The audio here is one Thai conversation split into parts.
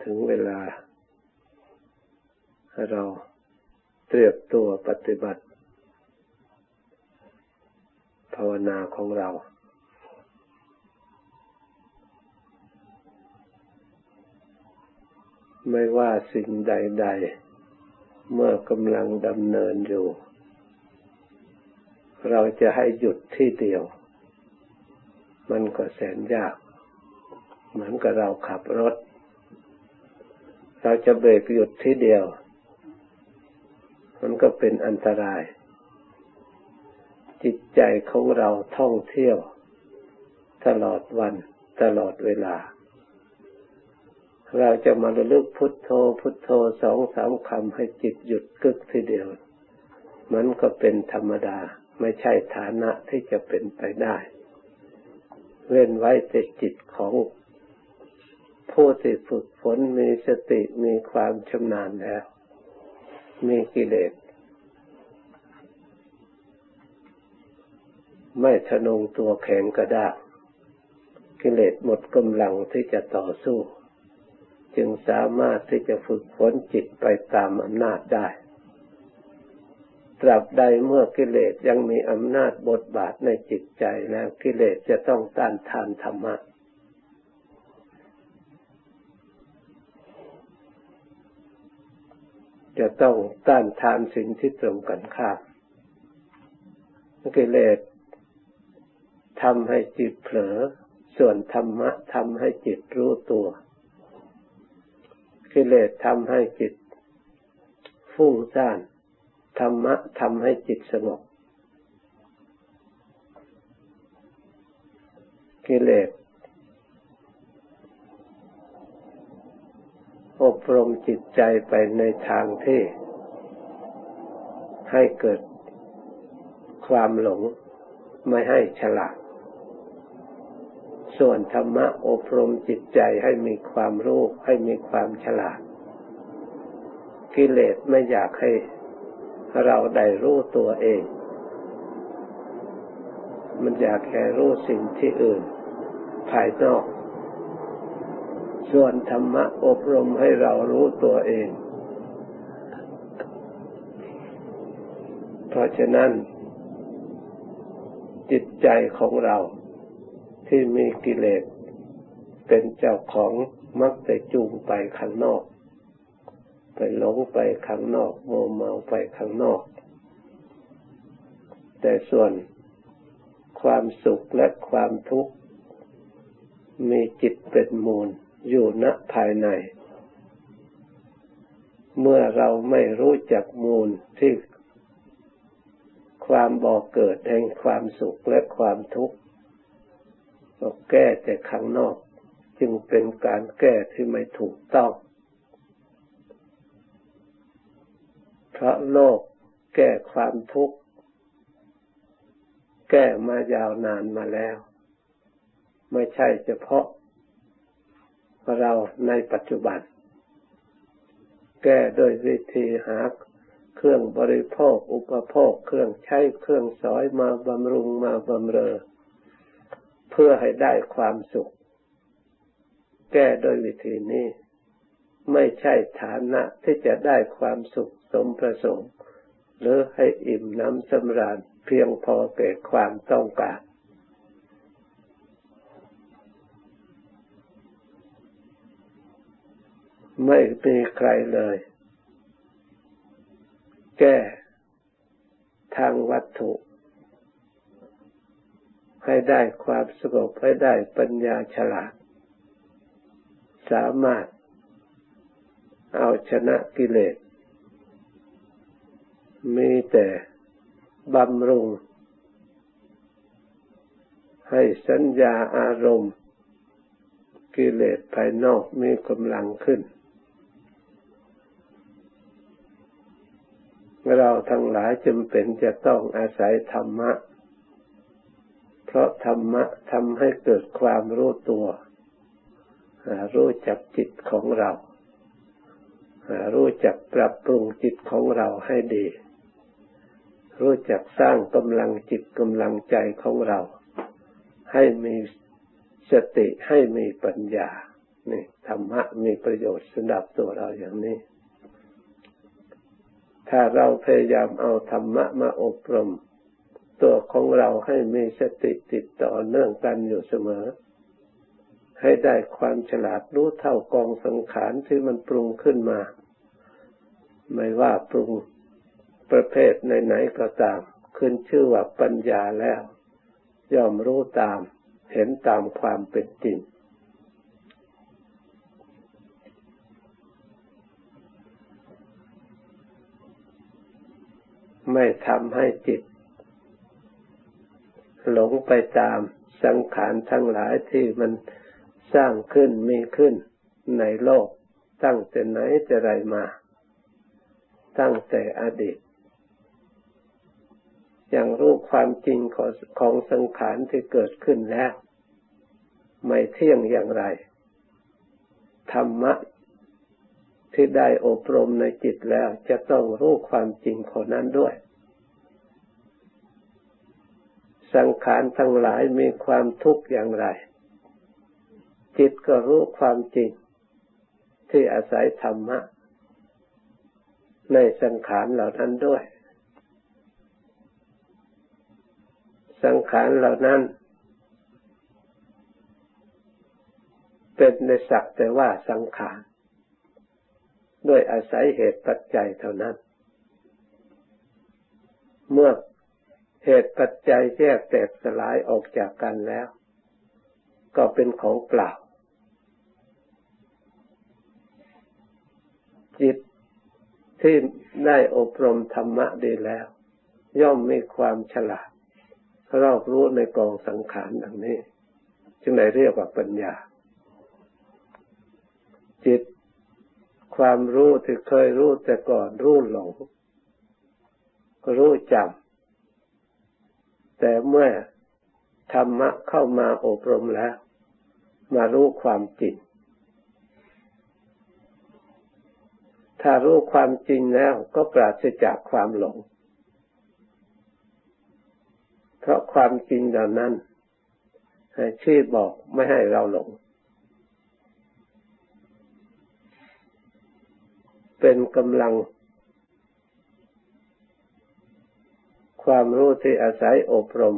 ถึงเวลาเราเตรียมตัวปฏิบัติภาวนาของเราไม่ว่าสิ่งใดๆเมื่อกำลังดำเนินอยู่เราจะให้หยุดที่เดียวมันก็แสนยากเหมือนกับเราขับรถเราจะเบรกหยุดที่เดียวมันก็เป็นอันตรายจิตใจของเราท่องเที่ยวตลอดวันตลอดเวลาเราจะมาระลึกพุทโธพุทโธ2-3 คำให้จิตหยุดกึกทีเดียวมันก็เป็นธรรมดาไม่ใช่ฐานะที่จะเป็นไปได้เว้นไว้แต่จิตของผู้ที่ฝึกฝนมีสติมีความชำนาญแล้วมีกิเลสไม่ทะนงตัวแข็งกระด้างกิเลสหมดกำลังที่จะต่อสู้จึงสามารถที่จะฝึกฝนจิตไปตามอำนาจได้ตราบใดเมื่อกิเลสยังมีอำนาจบทบาทในจิตใจแล้วกิเลสจะต้องต้านทานธรรมะจะต้องต้านทานสิ่งที่ตรงกันข้ามกิเลสทำให้จิตเผลอส่วนธรรมะทำให้จิตรู้ตัวกิเลสทำให้จิตฟุ้งซ่านธรรมะทำให้จิตสงบกิเลสอบรมจิตใจไปในทางที่ให้เกิดความหลงไม่ให้ฉลาดส่วนธรรมะอบรมจิตใจให้มีความรู้ให้มีความฉลาดกิเลสไม่อยากให้เราได้รู้ตัวเองมันอยากแค่รู้สิ่งที่อื่นภายนอกส่วนธรรมะอบรมให้เรารู้ตัวเองเพราะฉะนั้นจิตใจของเราที่มีกิเลสเป็นเจ้าของมักจะจูงไปข้างนอกไปหลงไปข้างนอกมัวเมาไปข้างนอกแต่ส่วนความสุขและความทุกข์มีจิตเป็นมูลอยู่ณภายในเมื่อเราไม่รู้จักมูลที่ความบ่อเกิดแห่งความสุขและความทุกข์เราแก้แต่ข้างนอกจึงเป็นการแก้ที่ไม่ถูกต้องเพราะโลกแก้ความทุกข์แก้มายาวนานมาแล้วไม่ใช่เฉพาะเราในปัจจุบันแก้โดยวิธีหาเครื่องบริโภคอุปโภคเครื่องใช้เครื่องสอยมาบำรุงมาบำเรอเพื่อให้ได้ความสุขแก้โดยวิธีนี้ไม่ใช่ฐานะที่จะได้ความสุขสมประสงค์หรือให้อิ่มหนำสำราญเพียงพอแก่ความต้องการไม่มีใครเลยแก้ทางวัตถุให้ได้ความสงบให้ได้ปัญญาฉลาดสามารถเอาชนะกิเลสมีแต่บำรุงให้สัญญาอารมณ์กิเลสภายนอกมีกำลังขึ้นเราทั้งหลายจำเป็นจะต้องอาศัยธรรมะเพราะธรรมะทำให้เกิดความรู้ตัวรู้จักจิตของเรารู้จักปรับปรุงจิตของเราให้ดีรู้จักสร้างกำลังจิตกำลังใจของเราให้มีสติให้มีปัญญานี่ธรรมะมีประโยชน์สำหรับตัวเราอย่างนี้ถ้าเราพยายามเอาธรรมะมาอบรมตัวของเราให้มีสติติดต่อเนื่องกันอยู่เสมอให้ได้ความฉลาดรู้เท่ากองสังขารที่มันปรุงขึ้นมาไม่ว่าปรุงประเภทไหนๆก็ตามขึ้นชื่อว่าปัญญาแล้วย่อมรู้ตามเห็นตามความเป็นจริงไม่ทำให้จิตหลงไปตามสังขารทั้งหลายที่มันสร้างขึ้นมีขึ้นในโลกตั้งแต่ไหนแต่ไรมาตั้งแต่อดีตอย่างรู้ความจริงของสังขารที่เกิดขึ้นแล้วไม่เที่ยงอย่างไรธรรมะที่ได้อบรมในจิตแล้วจะต้องรู้ความจริงของนั้นด้วยสังขารทั้งหลายมีความทุกข์อย่างไรจิตก็รู้ความจริงที่อาศัยธรรมะในสังขารเหล่านั้นด้วยสังขารเหล่านั้นเป็นในสักแต่ว่าสังขารด้วยอาศัยเหตุปัจจัยเท่านั้นเมื่อเหตุปัจจัยแยกแตกสลายออกจากกันแล้วก็เป็นของเปล่าจิตที่ได้อบรมธรรมะดีแล้วย่อมมีความฉลาดรอบรู้ในกองสังขารดังนี้จึงได้เรียกว่าปัญญาจิตความรู้ที่เคยรู้แต่ก่อนรู้หลงรู้จำแต่เมื่อธรรมะเข้ามาอบรมแล้วมารู้ความจริงถ้ารู้ความจริงแล้วก็ปราศจากความหลงเพราะความจริงเหล่านั้นชี้บอกไม่ให้เราหลงเป็นกำลังความรู้ที่อาศัยอบรม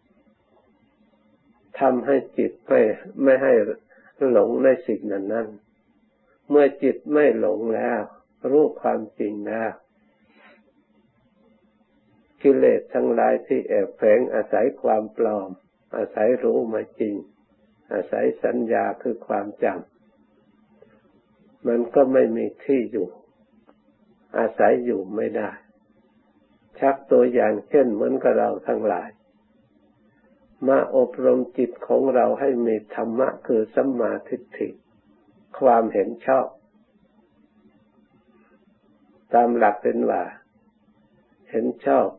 ทำให้จิตไม่ให้หลงในสิ่งนั้นเมื่อจิตไม่หลงแล้วรู้ความจริงแล้วกิเลสทั้งหลายที่แอบแฝงอาศัยความปลอมอาศัยรู้มาจริงอาศัยสัญญาคือความจำมันก็ไม่มีที่อยู่อาศัยอยู่ไม่ได้ชักตัวอย่างเช่นเหมือนกับเราทั้งหลายมาอบรมจิตของเราให้มีธรรมะคือสัมมาทิฏฐิความเห็นชอบตามหลักเป็นว่าเห็นชอบ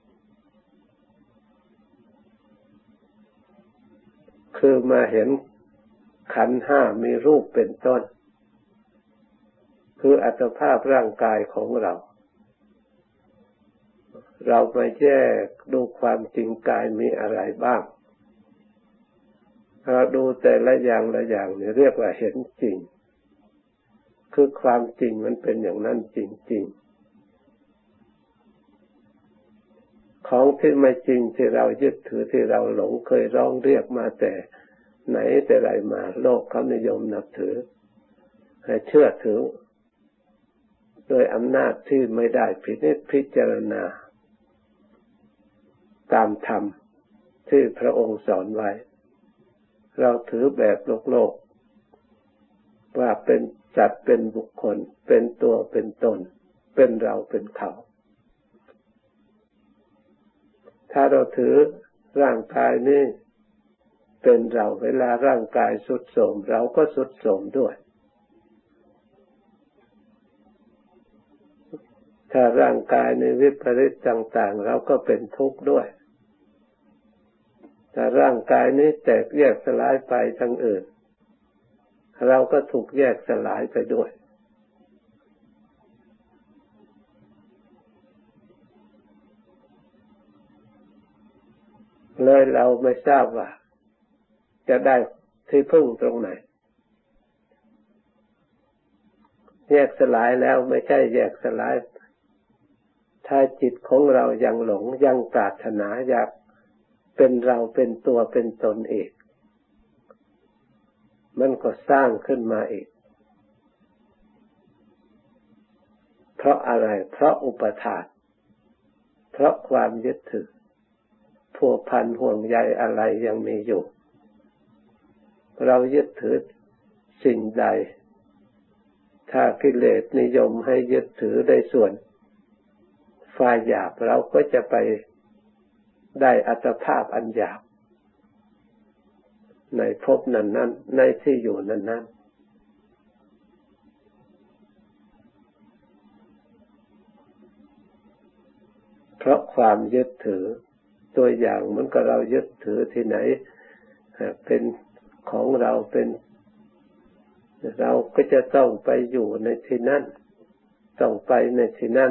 คือมาเห็นขันธ์ห้ามีรูปเป็นต้นคืออัตภาพร่างกายของเรามาแยกดูความจริงกายมีอะไรบ้างเราดูแต่ละอย่างละอย่างนี่เรียกว่าเห็นจริงคือความจริงมันเป็นอย่างนั้นจริงๆของที่ไม่จริงที่เรายึดถือที่เราหลงเคยร้องเรียกมาแต่ไหนแต่ไรมาโลกเขานิยมนับถือให้เชื่อถือโดยอำนาจที่ไม่ได้พิจารณาตามธรรมที่พระองค์สอนไว้เราถือแบบโลกว่าเป็นสัตว์เป็นบุคคลเป็นตัวเป็นตนเป็นเราเป็นเขาถ้าเราถือร่างกายนี้เป็นเราเวลาร่างกายทรุดโทรมเราก็ทรุดโทรมด้วยถ้าร่างกายในวิปริตต่างๆเราก็เป็นทุกข์ด้วยถ้าร่างกายนี้แตกแยกสลายไปทางอื่นเราก็ถูกแยกสลายไปด้วยเลยเราไม่ทราบว่าจะได้ที่พึ่งตรงไหนแยกสลายแล้วไม่ใช่แยกสลายถ้าจิตของเรายังหลงยังปรารถนาอยากเป็นเราเป็นตัวเป็นตนอีกมันก็สร้างขึ้นมาอีกเพราะอะไรเพราะอุปทานเพราะความยึดถือพัวพันห่วงใยอะไรยังมีอยู่เรายึดถือสิ่งใดถ้ากิเลสนิยมให้ยึดถือในส่วนฝ่ายหยาบเราก็จะไปได้อัตภาพอันหยาบในภพนั้นๆในที่อยู่นั้นๆเพราะความยึดถือตัวอย่างมันก็เรายึดถือที่ไหนเป็นของเราเป็นเราก็จะต้องไปอยู่ในที่นั่นต้องไปในที่นั่น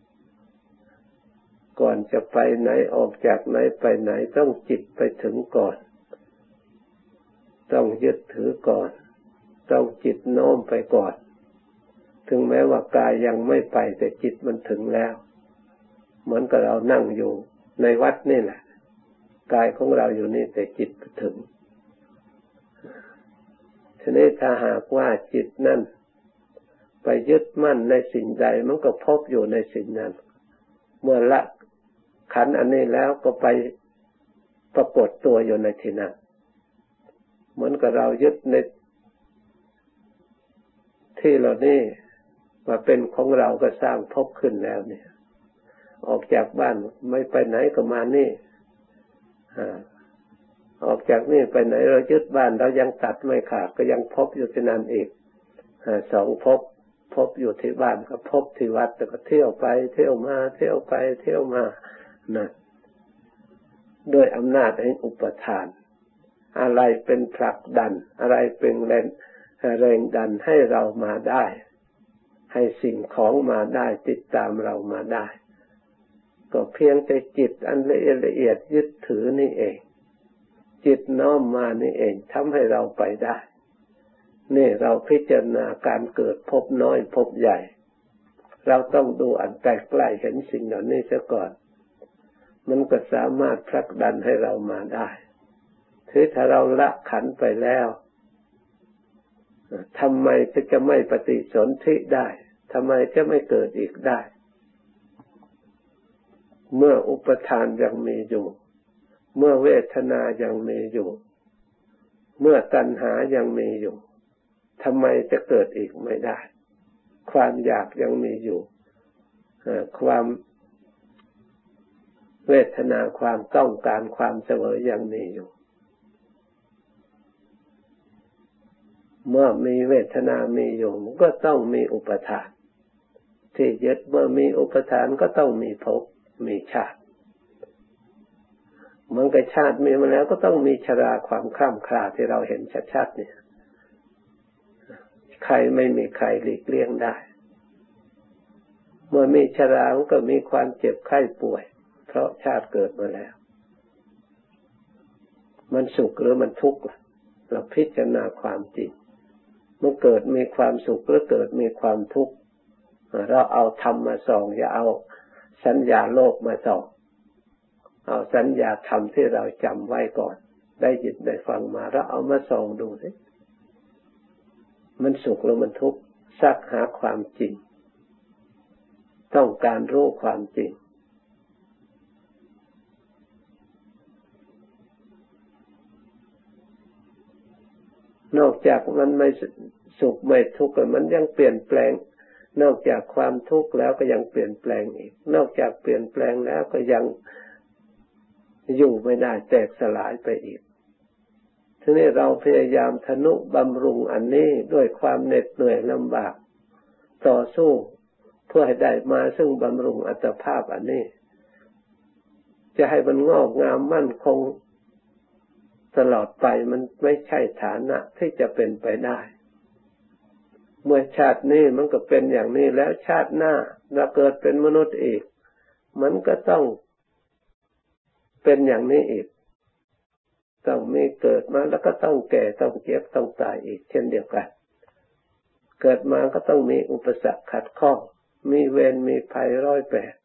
ก่อนจะไปไหนออกจากไหนไปไหนต้องจิตไปถึงก่อนต้องยึดถือก่อนต้องจิตโน้มไปก่อนถึงแม้ว่ากายยังไม่ไปแต่จิตมันถึงแล้วเหมือนกับเรานั่งอยู่ในวัดนี่แหละกายของเราอยู่นี่แต่จิตถึงทีนี้ถ้าหากว่าจิตนั่นไปยึดมั่นในสิ่งใดมันก็พบอยู่ในสิ่งนั้นเมื่อละขันธ์อันนี้แล้วก็ไปปรากฏตัวอยู่ในที่นั้นเหมือนกับเรายึดในที่เหล่านี้ว่าเป็นของเราก็สร้างภพขึ้นแล้วเนี่ยออกจากบ้านไม่ไปไหนก็มานี่ออกจากนี่ไปไหนเรายึดบ้านเรายังตัดไม่ขาดก็ยังพบอยู่ที่นั่นอีกสองพบอยู่ที่บ้านก็พบที่วัดแต่ก็เที่ยวไปเที่ยวมาเที่ยวไปเที่ยวมานะด้วยอำนาจแห่งอุปทานอะไรเป็นผลักดันอะไรเป็นแรงดันให้เรามาได้ให้สิ่งของมาได้ติดตามเรามาได้ก็เพียงแต่จิตอันละเอียดยึดถือนี่เองจิตน้อมมานี่เองทำให้เราไปได้นี่เราพิจารณาการเกิดพบน้อยพบใหญ่เราต้องดูอันใกล้ๆเห็นสิ่งเหล่านี้ซะก่อนมันก็สามารถผลักดันให้เรามาได้คือถ้าเราละขันธ์ไปแล้วทำไมจะไม่ปฏิสนธิได้ทำไมจะไม่เกิดอีกได้เมื่ออุปทานยังมีอยู่เมื่อเวทนายังมีอยู่เมื่อตัณหายังมีอยู่ทำไมจะเกิดอีกไม่ได้ความอยากยังมีอยู่ความเวทนาความต้องการความเสวยยังมีอยู่เมื่อมีเวทนามีอยู่ก็ต้องมีอุปทานที่ยึดเมื่อมีอุปทานก็ต้องมีภพมีชาติมันก็ชาติมีมาแล้วก็ต้องมีชราความคร่ำคร่าที่เราเห็นชัดๆเนี่ยใครไม่มีใครหลีกเลี่ยงได้เมื่อมีชราก็มีความเจ็บไข้ป่วยเพราะชาติเกิดมาแล้วมันสุขหรือมันทุกข์เราพิจารณาความจริงเมื่อเกิดมีความสุขหรือเกิดมีความทุกข์เราเอาธรรมมาส่องอย่าเอาสัญญาโลกมาส่องเอาสัญญาธรรมที่เราจำไว้ก่อนได้ยินได้ฟังมาแล้วเอามาส่องดูสิมันสุขหรือมันทุกข์ซักหาความจริงต้องการรู้ความจริงนอกจากมันไม่สุขไม่ทุกข์มันยังเปลี่ยนแปลงนอกจากความทุกข์แล้วก็ยังเปลี่ยนแปลงอีกนอกจากเปลี่ยนแปลงแล้วก็ยังอยู่ไม่ได้แตกสลายไปอีกทีนี้เราพยายามทนุบำรุงอันนี้ด้วยความเหน็ดเหนื่อยลำบากต่อสู้เพื่อให้ได้มาซึ่งบำรุงอัตภาพอันนี้จะให้มันงอกงามมั่นคงตลอดไปมันไม่ใช่ฐานะที่จะเป็นไปได้เมื่อชาตินี้มันก็เป็นอย่างนี้แล้วชาติหน้าเราเกิดเป็นมนุษย์อีกมันก็ต้องเป็นอย่างนี้อีกต้องมีเกิดมาแล้วก็ต้องแก่ต้องเจ็บต้องตายอีกเช่นเดียวกันเกิดมาก็ต้องมีอุปสรรคขัดข้องมีเวรมีภัย108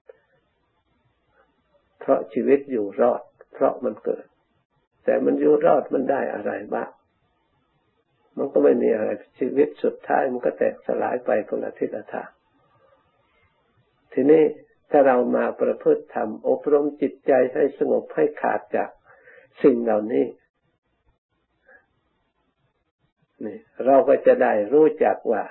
เพราะชีวิตอยู่รอดเพราะมันเกิดแต่มันอยู่รอดมันได้อะไรบ้างมันก็ไม่มีอะไรชีวิตสุดท้ายมันก็แตกสลายไปคนละทิศละทางทีนี้ถ้าเรามาประพฤติธรรมอบรมจิตใจให้สงบให้ขาดจากสิ่งเหล่านี้นี่เราก็จะได้รู้จักว่า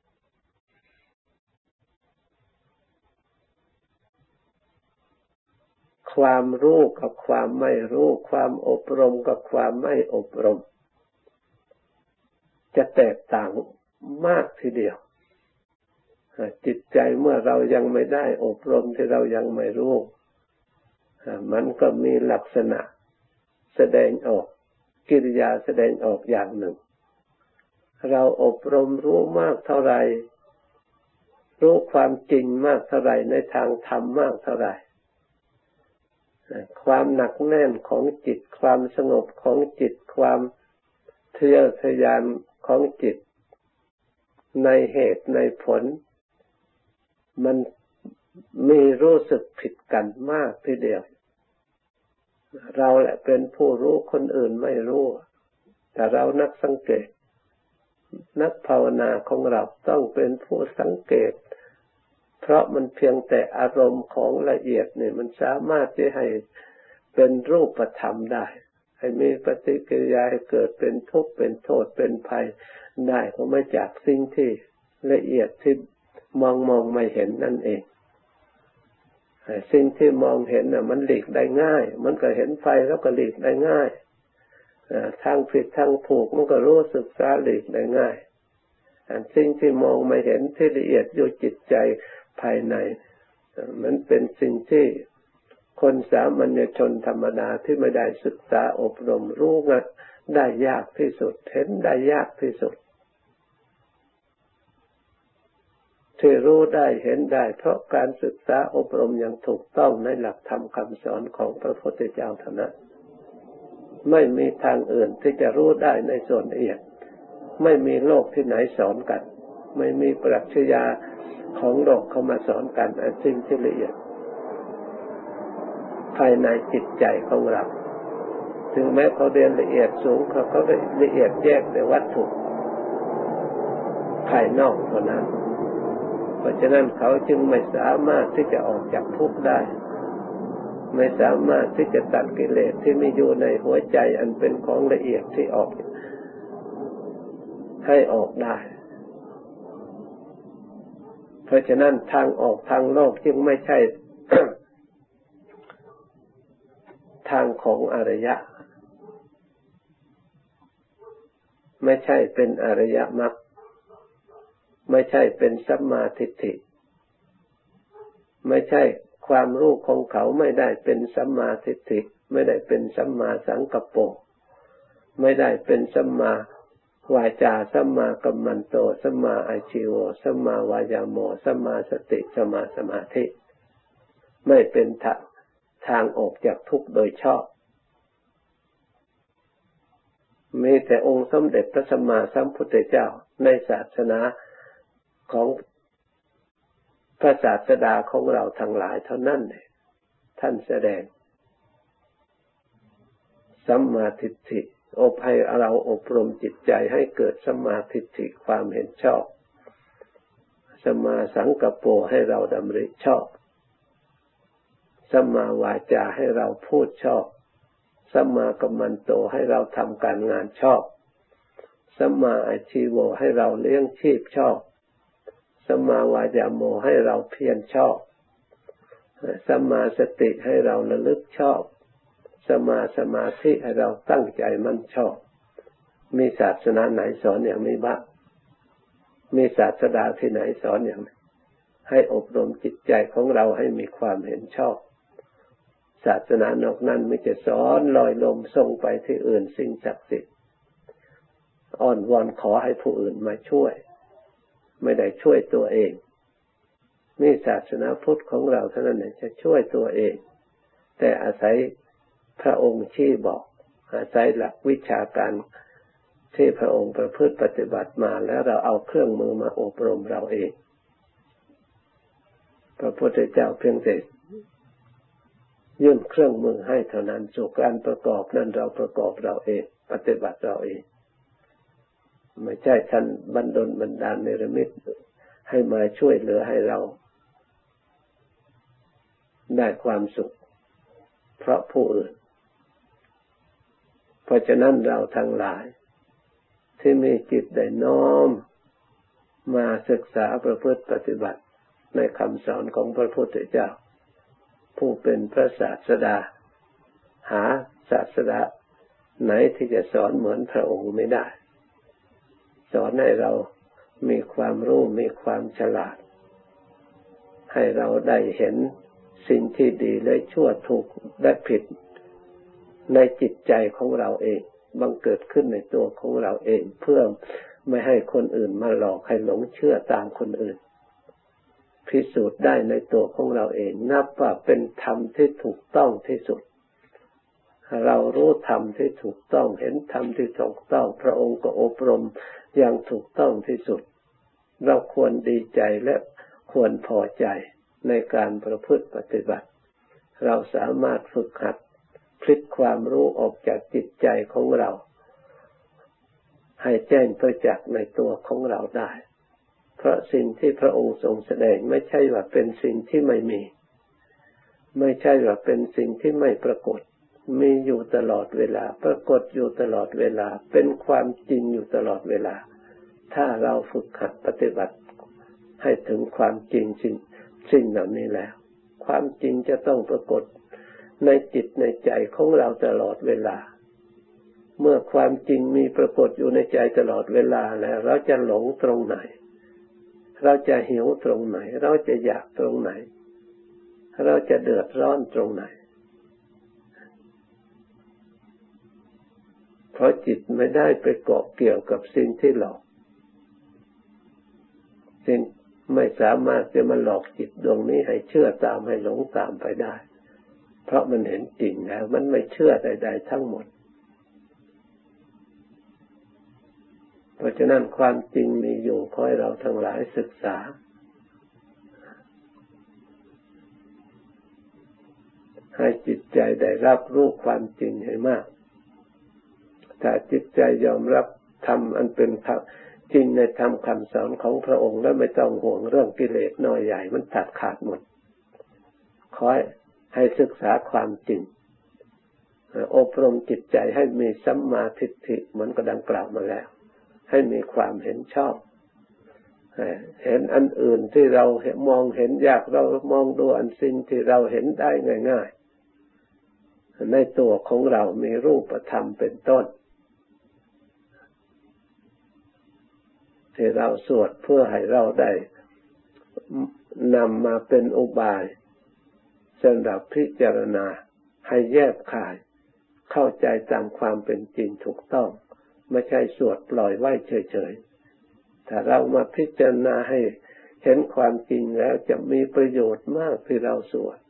ความรู้กับความไม่รู้ความอบรมกับความไม่อบรมจะแตกต่างมากทีเดียวจิตใจเมื่อเรายังไม่ได้อบรมที่เรายังไม่รู้มันก็มีลักษณะแสดงออกกิริยาแสดงออกอย่างหนึ่งเราอบรมรู้มากเท่าไรรู้ความจริงมากเท่าไรในทางธรรมมากเท่าไรความหนักแน่นของจิตความสงบของจิตความทะเยอทะยานของจิตในเหตุในผลมันมีรู้สึกผิดกันมากทีเดียวเราแหละเป็นผู้รู้คนอื่นไม่รู้แต่เรานักสังเกตนักภาวนาของเราต้องเป็นผู้สังเกตเพราะมันเพียงแต่อารมณ์ของละเอียดเนี่ยมันสามารถที่ให้เป็นรูปธรรมได้ให้มีปฏิกิริยาให้เกิดเป็นทุกข์เป็นโทษเป็นภัยได้เพราะมาจากสิ่งที่ละเอียดที่มองไม่เห็นนั่นเองสิ่งที่มองเห็นน่ะมันหลีกได้ง่ายมันก็เห็นไฟแล้วก็หลีกได้ง่ายทางผิดทางถูกมันก็รู้สึกหลีกได้ง่ายสิ่งที่มองไม่เห็นที่ละเอียดอยู่จิตใจภายในมันเป็นสิ่งที่คนสามัญชนธรรมดาที่ไม่ได้ศึกษาอบรมรู้ได้ยากที่สุดเห็นได้ยากที่สุดที่รู้ได้เห็นได้เพราะการศึกษาอบรมอย่างถูกต้องในหลักธรรมคำสอนของพระพุทธเจ้าเท่านั้นไม่มีทางอื่นที่จะรู้ได้ในส่วนละเอียดไม่มีโลกที่ไหนสอนกันไม่มีปรัชญาของโลกเข้ามาสอนกันสิ่งที่ละเอียดภายในจิตใจของเราถึงแม้เขาเรียนละเอียดสูงเขาละเอียดแยกในวัตถุภายนอกเท่านั้นเพราะฉะนั้นเขาจึงไม่สามารถที่จะออกจากทุกข์ได้ไม่สามารถที่จะตัดกิเลสที่มีอยู่ในหัวใจอันเป็นของละเอียดที่ออกให้ออกได้เพราะฉะนั้นทางออกทางโลกจึงไม่ใช่ ทางของอริยะไม่ใช่เป็นอริยมรรคไม่ใช่เป็นสัมมาทิฏฐิไม่ใช่ความรู้ของเขาไม่ได้เป็นสัมมาทิฏฐิไม่ได้เป็นสัมมาสังกัปโปไม่ได้เป็นสัมมาวาจาสัมมากัมมันโตสัมมาอาชีโวสัมมาวายาโมสัมมาสติสัมมาสมาธิไม่เป็นทางออกจากทุกข์โดยชอบมีแต่องค์สมเด็จพระสัมมาสัมพุทธเจ้าในศาสนาของพระศาสดาของเราทั้งหลายเท่านั้นท่านแสดงสัมมาทิฏฐิให้เราอบรมจิตใจให้เกิดสัมมาทิฏฐิความเห็นชอบสัมมาสังกัปโปให้เราดำริชอบสัมมาวาจาให้เราพูดชอบสัมมากัมมันโตให้เราทำการงานชอบสัมมาอาชีโวให้เราเลี้ยงชีพชอบสัมมาวายาโมให้เราเพียรชอบสัมมาสติให้เราระลึกชอบสัมมาสมาธิให้เราตั้งใจมั่นชอบมีศาสนาไหนสอนอย่างนี้บ้างมีศาสดาที่ไหนสอนอย่างนี้ให้อบรมจิตใจของเราให้มีความเห็นชอบศาสนานอกนั้นไม่จะสอนลอยลมส่งไปที่อื่นสิ่งศักดิ์สิทธิ์อ้อนวอนขอให้ผู้อื่นมาช่วยไม่ได้ช่วยตัวเองมีศาสนาพุทธของเราเท่านั้นจะช่วยตัวเองแต่อาศัยพระองค์ชี้บอกอาศัยหลักวิชาการที่พระองค์ประพฤติปฏิบัติมาแล้วเราเอาเครื่องมือมาอบรมเราเองพระพุทธเจ้าเพียงแต่ยื่นเครื่องมือให้เท่านั้นสู่การประกอบนั้นเราประกอบเราเองปฏิบัติเราเองไม่ใช่ท่านบันดาลเนรมิตให้มาช่วยเหลือให้เราได้ความสุขเพราะผู้อื่นเพราะฉะนั้นเราทั้งหลายที่มีจิตได้น้อมมาศึกษาประพฤติปฏิบัติในคำสอนของพระพุทธเจ้าผู้เป็นพระศาสดาหาศาสดาไหนที่จะสอนเหมือนพระองค์ไม่ได้สอนให้เรามีความรู้มีความฉลาดให้เราได้เห็นสิ่งที่ดีและชั่วถูกและผิดในจิตใจของเราเองบังเกิดขึ้นในตัวของเราเองเพื่อไม่ให้คนอื่นมาหลอกให้หลงเชื่อตามคนอื่นพิสูจน์ได้ในตัวของเราเองนับว่าเป็นธรรมที่ถูกต้องที่สุดเรารู้ธรรมที่ถูกต้องเห็นธรรมที่ถูกต้องพระองค์ก็อบรมอย่างถูกต้องที่สุดเราควรดีใจและควรพอใจในการประพฤติปฏิบัติเราสามารถฝึกหัดพลิกความรู้ออกจากจิตใจของเราให้แจ้งประจักษ์ในตัวของเราได้เพราะสิ่งที่พระองค์ทรงแสดงไม่ใช่ว่าเป็นสิ่งที่ไม่มีไม่ใช่ว่าเป็นสิ่งที่ไม่ปรากฏมีอยู่ตลอดเวลาปรากฏอยู่ตลอดเวลาเป็นความจริงอยู่ตลอดเวลาถ้าเราฝึกหัดปฏิบัติให้ถึงความจริงสิ่งเหล่านี้แล้วความจริงจะต้องปรากฏในจิตในใจของเราตลอดเวลาเมื่อความจริงมีปรากฏอยู่ในใจตลอดเวลาแล้วเราจะหลงตรงไหนเราจะหิวตรงไหนเราจะอยากตรงไหนเราจะเดือดร้อนตรงไหนเพราะจิตไม่ได้ไปเกาะเกี่ยวกับสิ่งที่หลอกสิ่งไม่สามารถจะมาหลอกจิตดวงนี้ให้เชื่อตามให้หลงตามไปได้เพราะมันเห็นจริงแล้วมันไม่เชื่อใดๆทั้งหมดเพราะฉะนั้นความจริงมีอยู่ขอให้เราทั้งหลายศึกษาให้จิตใจได้รับรู้ความจริงให้มากถ้าจิตใจยอมรับธรรมอันเป็นจริงในธรรมคำสอนของพระองค์แล้วไม่ต้องห่วงเรื่องกิเลสน้อยใหญ่มันตัดขาดหมดขอให้ศึกษาความจริงอบรมจิตใจให้มีสัมมาทิฏฐิเหมือนกับดังกล่าวมาแล้วให้มีความเห็นชอบเห็นอันอื่นที่เรามองเห็นยากเรามองดูอันสิ่งที่เราเห็นได้ง่ายๆในตัวของเรามีรูปธรรมเป็นต้นที่เราสวดเพื่อให้เราได้นำมาเป็นอุบายสำหรับพิจารณาให้แยบคายเข้าใจตามความเป็นจริงถูกต้องไม่ใช่สวดปล่อยไว้เฉยๆถ้าเรามาพิจารณาให้เห็นความจริงแล้วจะมีประโยชน์มากที่เราสวด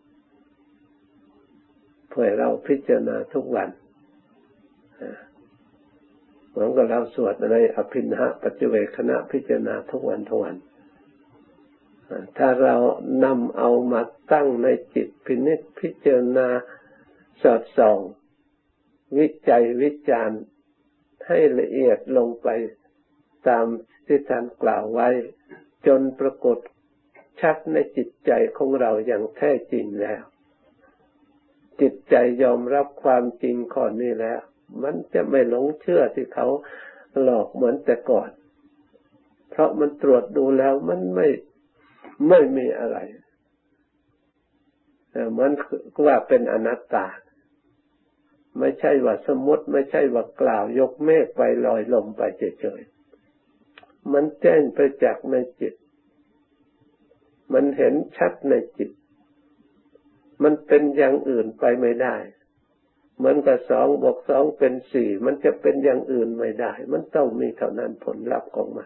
เพื่อเราพิจารณาทุกวันเหมือนกับเราสวดในอภินหะปัจเจเวคขณะพิจารณาทุกวันถ้าเรานำเอามาตั้งในจิตพินิจพิจารณาสอดส่องวิจัยวิจารณ์ให้ละเอียดลงไปตามที่ท่านกล่าวไว้จนปรากฏชัดในจิตใจของเราอย่างแท้จริงแล้วจิตใจยอมรับความจริงข้อนี้แล้วมันจะไม่หลงเชื่อที่เขาหลอกเหมือนแต่ก่อนเพราะมันตรวจดูแล้วมันไม่มีอะไรมันว่าเป็นอนัตตาไม่ใช่ว่าสมมติไม่ใช่ว่ากล่าวยกเมฆไปลอยลมไปเฉยๆมันแจ้งประจักษ์ในจิตมันเห็นชัดในจิตมันเป็นอย่างอื่นไปไม่ได้เหมือนกับ2+2เป็น4มันจะเป็นอย่างอื่นไม่ได้มันต้องมีเท่านั้นผลลัพธ์ของมัน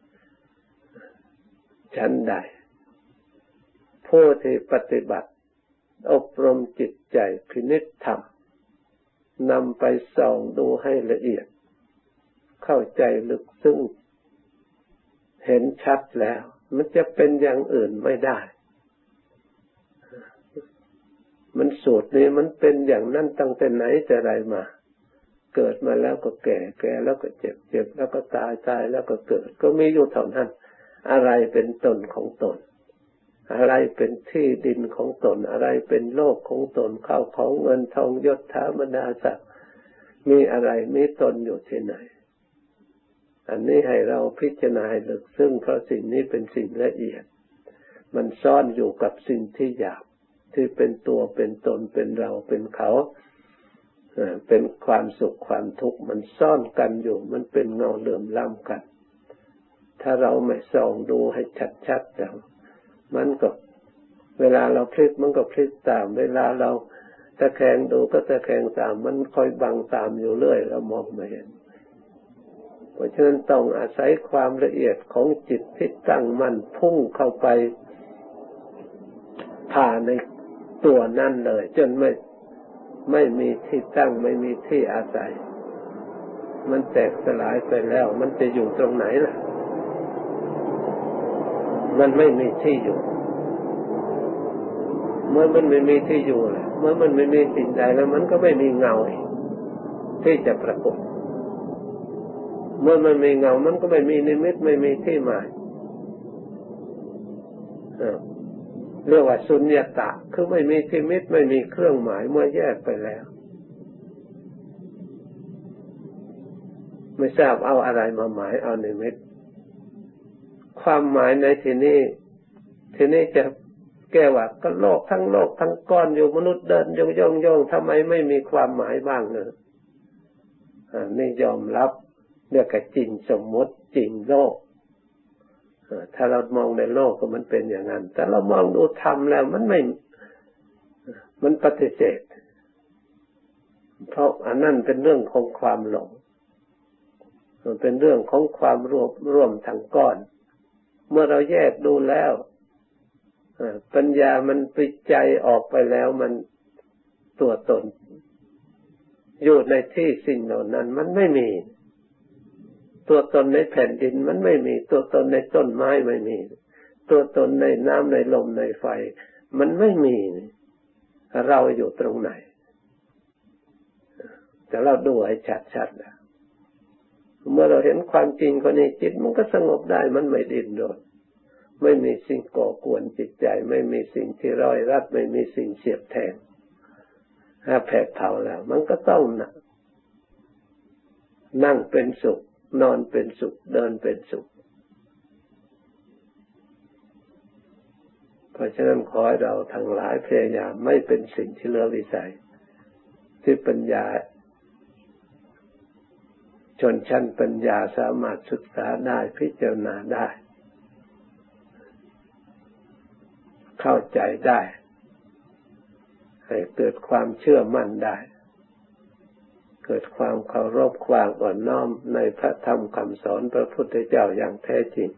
ฉันใดผู้ที่ปฏิบัติอบรมจิตใจพินิจธรรมนำไปส่องดูให้ละเอียดเข้าใจลึกซึ้งเห็นชัดแล้วมันจะเป็นอย่างอื่นไม่ได้มันสูตรนี้มันเป็นอย่างนั้นตั้งแต่ไหนแต่ไรมาเกิดมาแล้วก็แก่แก่แล้วก็เจ็บเจ็บแล้วก็ตายตายแล้วก็เกิดก็มีอยู่เท่านั้นอะไรเป็นตนของตนอะไรเป็นที่ดินของตนอะไรเป็นโลกของตนข้าวของเงินทองยศถาบรรดาศักดิ์มีอะไรมีตนอยู่ที่ไหนอันนี้ให้เราพิจารณาให้ลึกซึ้งเพราะสิ่งนี้เป็นสิ่งละเอียดมันซ่อนอยู่กับสิ่งที่หยาบที่เป็นตัวเป็นตนเป็นเราเป็นเขาเป็นความสุขความทุกข์มันซ่อนกันอยู่มันเป็นเงาเหลื่อมล้ำกันถ้าเราไม่ส่องดูให้ชัดๆแล้วมันก็เวลาเราพลิกมันก็พลิกตามเวลาเราตะแคงดูก็ตะแคงตามมันคอยบังตามอยู่เรื่อยเรามองไม่เห็นเพราะฉะนั้นต้องอาศัยความละเอียดของจิตที่ตั้งมั่นพุ่งเข้าไปผ่าในตัวนั่นเลยจนไม่มีที่ตั้งไม่มีที่อาศัยมันแตกสลายไปแล้วมันจะอยู่ตรงไหนล่ะมันไม่มีที่อยู่เมื่อมันไม่มีที่อยู่แล้วเมื่อมันไม่มีสิ่งใดแล้วมันก็ไม่มีเงาอีกที่จะปรากฏเมื่อมันมีเงามันก็ไม่มีนิมิตไม่มีที่หมายเรียกว่าสุญญตาคือไม่มีนิมิตไม่มีเครื่องหมายเมื่อแยกไปแล้วไม่ทราบเอาอะไรมาหมายเอานิมิตความหมายในที่นี้จะแก้ว่าก็โลกทั้งโลกทั้งก้อนอยู่มนุษย์เดินย่องทำไมไม่มีความหมายบ้างเนอะนี่ยอมรับเรียกว่าจริงสมมติจริงโลกถ้าเรามองในโลกก็มันเป็นอย่างนั้นแต่เรามองดูธรรมแล้วมันปฏิเสธเพราะอันนั้นเป็นเรื่องของความหลงมันเป็นเรื่องของความร่วมทั้งก้อนเมื่อเราแยกดูแล้วปัญญามันปิดใจออกไปแล้วมันตัวตนอยู่ในที่สิ่งเหล่านั้นมันไม่มีตัวตนในแผ่นดินมันไม่มีตัวตนในต้นไม้ไม่มีตัวตนในน้ำในลมในไฟมันไม่มีเราอยู่ตรงไหนแต่เราดูให้ชัดๆนะเมื่อเราเห็นความจริงคนนี้จิตมันก็สงบได้มันไม่ดิ้นรนไม่มีสิ่งก่อกวนจิตใจไม่มีสิ่งที่ร้อยรัดไม่มีสิ่งเสียบแทงถ้าแผดเผาแล้วมันก็ต้องนั่งเป็นสุขนอนเป็นสุขเดินเป็นสุขเพราะฉะนั้นขอให้เราทั้งหลายพยายามไม่เป็นสิ่งที่เหลือวิสัยที่ปัญญาชนชั้นปัญญาสามารถศึกษาได้พิจารณาได้เข้าใจได้ให้เกิดความเชื่อมั่นได้เกิดความเคารพความอ่อนน้อมในพระธรรมคำสอนพระพุทธเจ้าอย่างแท้จริง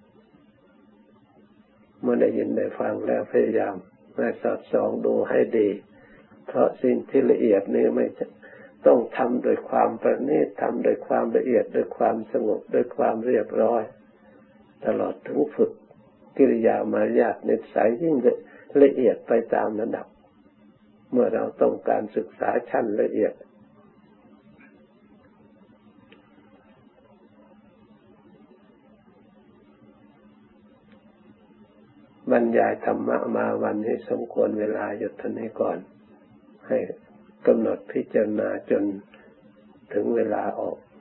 เมื่อได้ยินได้ฟังแล้วพยายามให้สอดส่องดูให้ดีเพราะสิ่งที่ละเอียดนี้ไม่ต้องทำโดยความประณีตทำโดยความละเอียดโดยความสงบโดยความเรียบร้อยตลอดถึงฝึกกิริยามารยาทนิสัยยิ่งละเอียดไปตามระดับเมื่อเราต้องการศึกษาชั้นละเอียดบรรยายธรรมะมาวันนี้สมควรเวลาหยุดเท่านี้ก่อนให้กำหนดพิจารณาจนถึงเวลาออก